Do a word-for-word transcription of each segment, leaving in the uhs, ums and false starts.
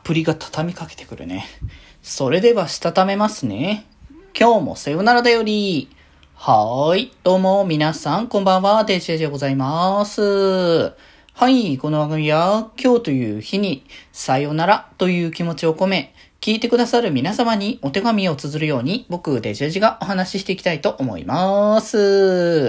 プリが畳みかけてくるね。それではしたためますね。今日もさよならだより。はーい。どうも皆さんこんばんは。デジェジでございます。はい。この番組は今日という日にさよならという気持ちを込め、聞いてくださる皆様にお手紙を綴るように僕デジェジがお話ししていきたいと思います。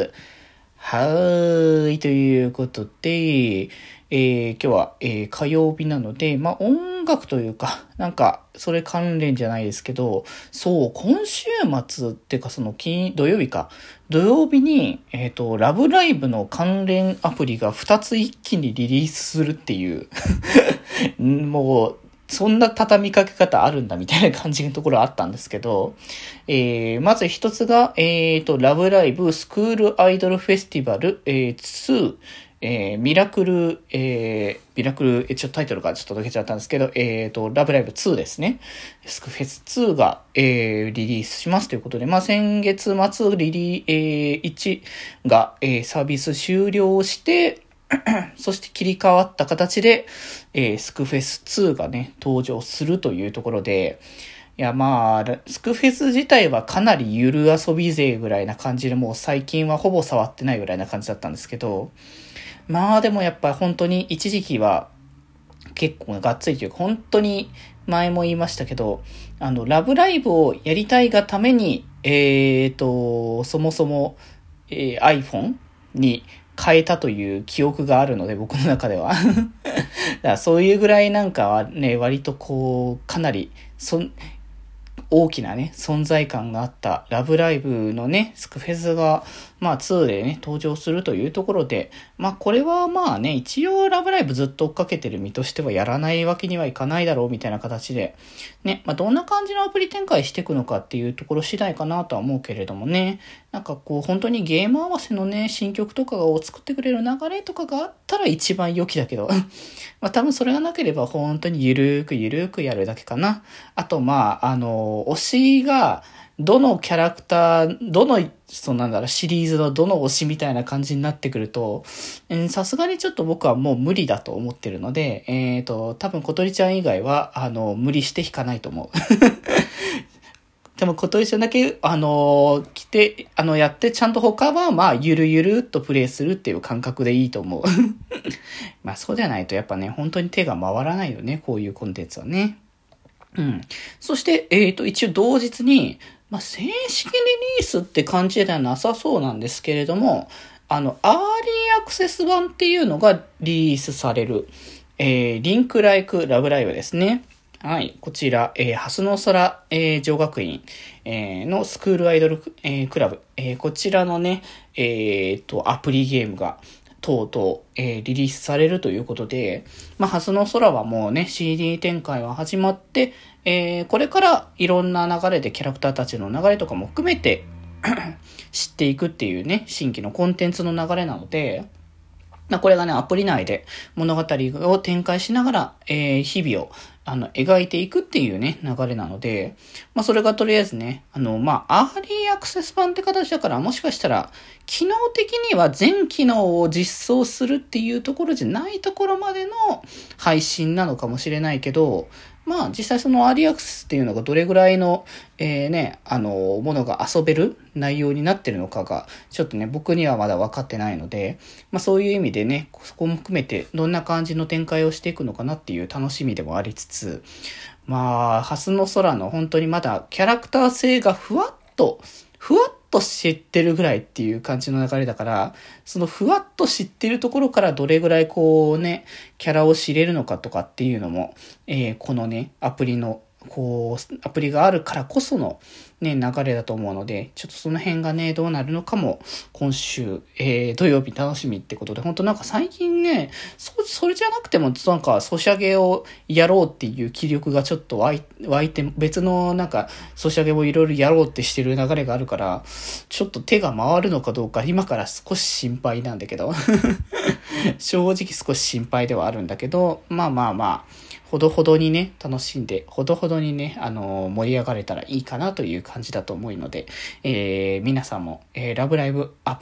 はーい。ということで、えー、今日は、えー、火曜日なので、まあ、音楽というか、なんか、それ関連じゃないですけど、そう、今週末っていうか、その金、土曜日か。土曜日に、えっと、ラブライブの関連アプリがふたつ一気にリリースするっていう、もう、そんな畳みかけ方あるんだみたいな感じのところあったんですけど、えー、まず一つが、えーと、ラブライブスクールアイドルフェスティバル、えー、ツー、えー、ミラクル、えー、ミラクル、え、ちょっとタイトルがちょっと抜けちゃったんですけど、えーと、ラブライブツーですね。スクフェスツーが、えー、リリースしますということで、まあ、先月末リリー、えー、いちが、えー、サービス終了して、そして切り替わった形で、えー、スクフェスツーがね、登場するというところで、いやまあ、スクフェス自体はかなりゆる遊び勢ぐらいな感じで、もう最近はほぼ触ってないぐらいな感じだったんですけど、まあでもやっぱ本当に一時期は結構がっつりというか、本当に前も言いましたけど、あの、ラブライブをやりたいがために、えーと、そもそも、えー、iPhone に変えたという記憶があるので、僕の中では。だからそういうぐらいなんかはね、割とこう、かなり、そん、大きなね、存在感があったラブライブのね、スクフェスが、まあツーでね、登場するというところで、まあこれはまあね、一応ラブライブずっと追っかけてる身としてはやらないわけにはいかないだろうみたいな形で、ね、まあどんな感じのアプリ展開していくのかっていうところ次第かなとは思うけれどもね、なんかこう本当にゲーム合わせのね、新曲とかを作ってくれる流れとかがあったら一番良きだけど、まあ多分それがなければ本当にゆるーくゆるーくやるだけかな。あとまあ、あの、推しが、どのキャラクター、どの、そうなんだろう、シリーズのどの推しみたいな感じになってくると、さすがにちょっと僕はもう無理だと思ってるので、えっと、多分小鳥ちゃん以外は、あの、無理して弾かないと思う。でも小鳥ちゃんだけ、あの、来て、あの、やって、ちゃんと他は、まあ、ゆるゆるっとプレイするっていう感覚でいいと思う。まあ、そうじゃないと、やっぱね、本当に手が回らないよね、こういうコンテンツはね。うん。そして、えっと、一応同日に、まあ、正式リリースって感じではなさそうなんですけれども、あの、アーリーアクセス版っていうのがリリースされる、えー、リンクライクラブライブですね。はい。こちら、えー、ハスの空、えー、女学院、えー、のスクールアイドル、えー、クラブ、えー、こちらのね、えー、と、アプリゲームが、とうとう、えー、リリースされるということで、まあ、ハスの空はもうね、シーディー 展開は始まって、えー、これからいろんな流れでキャラクターたちの流れとかも含めて知っていくっていうね、新規のコンテンツの流れなので、まあ、これがね、アプリ内で物語を展開しながら、えー、日々を、あの、描いていくっていうね、流れなので、まあ、それがとりあえずね、あの、まあ、アーリーアクセス版って形だから、もしかしたら、機能的には全機能を実装するっていうところじゃないところまでの配信なのかもしれないけど、まあ実際そのアーリーアクセスっていうのがどれぐらいの、えー、ね、あの、ものが遊べる内容になってるのかが、ちょっとね、僕にはまだ分かってないので、まあそういう意味でね、そこも含めてどんな感じの展開をしていくのかなっていう楽しみでもありつつ、まあ、ハスの空の本当にまだキャラクター性がふわっと、ふわっと知ってるぐらいっていう感じの流れだから、そのふわっと知ってるところからどれぐらいこうね、キャラを知れるのかとかっていうのも、えー、このね、アプリの、こう、アプリがあるからこそのね、流れだと思うので、ちょっとその辺がね、どうなるのかも、今週、えー、土曜日楽しみってことで、本当なんか最近ね、そ、それじゃなくても、なんか、ソシャゲをやろうっていう気力がちょっと湧い、湧いて、別のなんか、ソシャゲをいろいろやろうってしてる流れがあるから、ちょっと手が回るのかどうか、今から少し心配なんだけど、正直少し心配ではあるんだけど、まあまあまあ、ほどほどにね、楽しんで、ほどほどにね、あのー、盛り上がれたらいいかなという感じだと思うので、えー、皆さんも、えー、ラブライブアプリ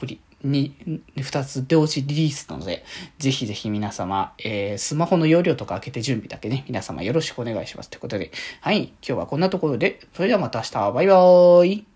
に、二つ同時リリースなので、ぜひぜひ皆様、えー、スマホの容量とか開けて準備だけね、皆様よろしくお願いします。ということで、はい、今日はこんなところで、それではまた明日、バイバーイ。